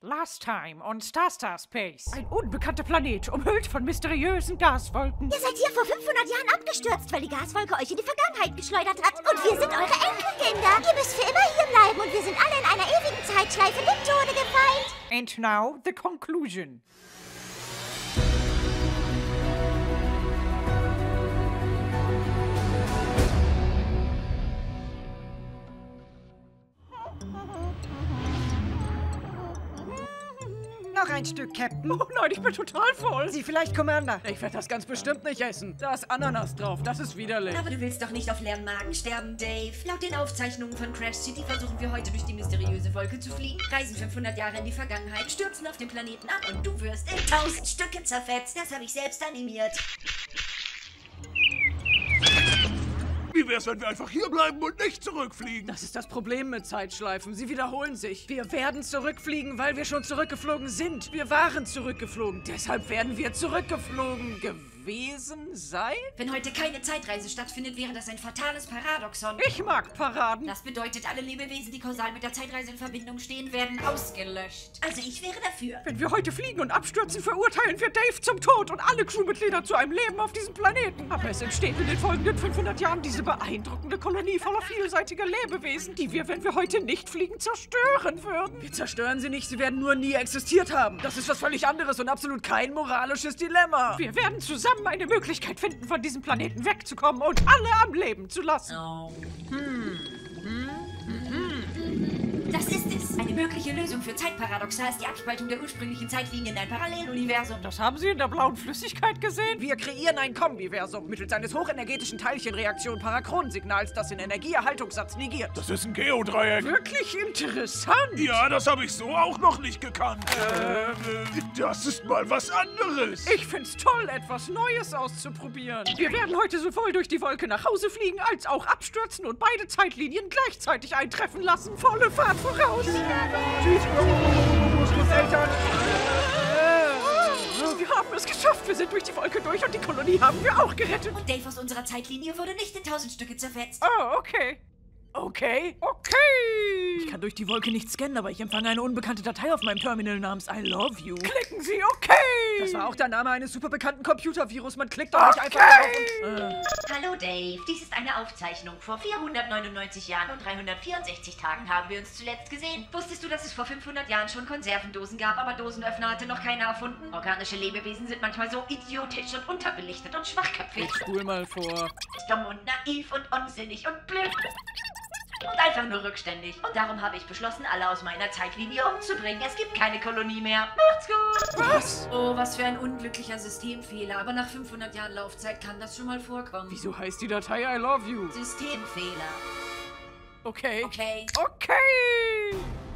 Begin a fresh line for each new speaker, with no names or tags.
Last time on Star Space. Ein unbekannter Planet, umhüllt von mysteriösen Gaswolken.
Ihr seid hier vor 500 Jahren abgestürzt, weil die Gaswolke euch in die Vergangenheit geschleudert hat. Und wir sind eure Enkelkinder. Ihr müsst für immer hier bleiben und wir sind alle in einer ewigen Zeitschleife dem Tode gefeind.
And now the conclusion.
Noch ein Stück, Captain.
Oh nein, ich bin total voll.
Sie vielleicht, Commander.
Ich werde das ganz bestimmt nicht essen. Da ist Ananas drauf, das ist widerlich.
Aber du willst doch nicht auf leeren Magen sterben, Dave. Laut den Aufzeichnungen von Crash City versuchen wir heute durch die mysteriöse Wolke zu fliegen, reisen 500 Jahre in die Vergangenheit, stürzen auf den Planeten ab und du wirst in 1000 Stücke zerfetzt. Das habe ich selbst animiert.
Wie wär's, wenn wir einfach hier bleiben und nicht zurückfliegen?
Das ist das Problem mit Zeitschleifen. Sie wiederholen sich. Wir werden zurückfliegen, weil wir schon zurückgeflogen sind. Wir waren zurückgeflogen. Deshalb werden wir zurückgeflogen gewesen sein?
Wenn heute keine Zeitreise stattfindet, wäre das ein fatales Paradoxon.
Ich mag Paraden.
Das bedeutet, alle Lebewesen, die kausal mit der Zeitreise in Verbindung stehen, werden ausgelöscht. Also ich wäre dafür.
Wenn wir heute fliegen und abstürzen, verurteilen wir Dave zum Tod und alle Crewmitglieder zu einem Leben auf diesem Planeten. Aber es entsteht in den folgenden 500 Jahren diese beeindruckende Kolonie voller vielseitiger Lebewesen, die wir, wenn wir heute nicht fliegen, zerstören würden. Wir zerstören sie nicht, sie werden nur nie existiert haben. Das ist was völlig anderes und absolut kein moralisches Dilemma. Wir werden zusammen eine Möglichkeit finden, von diesem Planeten wegzukommen und alle am Leben zu lassen.
Oh. Das ist es. Eine mögliche Lösung für Zeitparadoxa ist die Abspaltung der ursprünglichen Zeitlinie in ein Paralleluniversum.
Das haben Sie in der blauen Flüssigkeit gesehen?
Wir kreieren ein Kombiversum mittels eines hochenergetischen Teilchenreaktion-Parachronsignals, das den Energieerhaltungssatz negiert.
Das ist ein Geodreieck.
Wirklich interessant.
Ja, das habe ich so auch noch nicht gekannt. Das ist mal was anderes.
Ich find's toll, etwas Neues auszuprobieren. Wir werden heute sowohl durch die Wolke nach Hause fliegen, als auch abstürzen und beide Zeitlinien gleichzeitig eintreffen lassen. Volle Fahrt voraus. Tschüss, Großeltern. Wir haben es geschafft. Wir sind durch die Wolke durch und die Kolonie haben wir auch gerettet.
Und Dave aus unserer Zeitlinie wurde nicht in 1000 Stücke zerfetzt.
Oh, okay. Okay.
Ich kann durch die Wolke nicht scannen, aber ich empfange eine unbekannte Datei auf meinem Terminal namens I love you.
Klicken Sie okay.
Das war auch der Name eines super bekannten Computervirus. Man klickt doch nicht einfach drauf.
Hallo Dave, dies ist eine Aufzeichnung. Vor 499 Jahren und 364 Tagen haben wir uns zuletzt gesehen.
Wusstest du, dass es vor 500 Jahren schon Konservendosen gab, aber Dosenöffner hatte noch keiner erfunden?
Organische Lebewesen sind manchmal so idiotisch und unterbelichtet und schwachköpfig.
Spul mal vor.
Dumm und naiv und unsinnig und blöd. Und einfach nur rückständig. Und darum habe ich beschlossen, alle aus meiner Zeitlinie umzubringen. Es gibt keine Kolonie mehr. Macht's gut!
Was?
Oh, was für ein unglücklicher Systemfehler. Aber nach 500 Jahren Laufzeit kann das schon mal vorkommen.
Wieso heißt die Datei I love you?
Systemfehler.
Okay.
Okay.
Okay.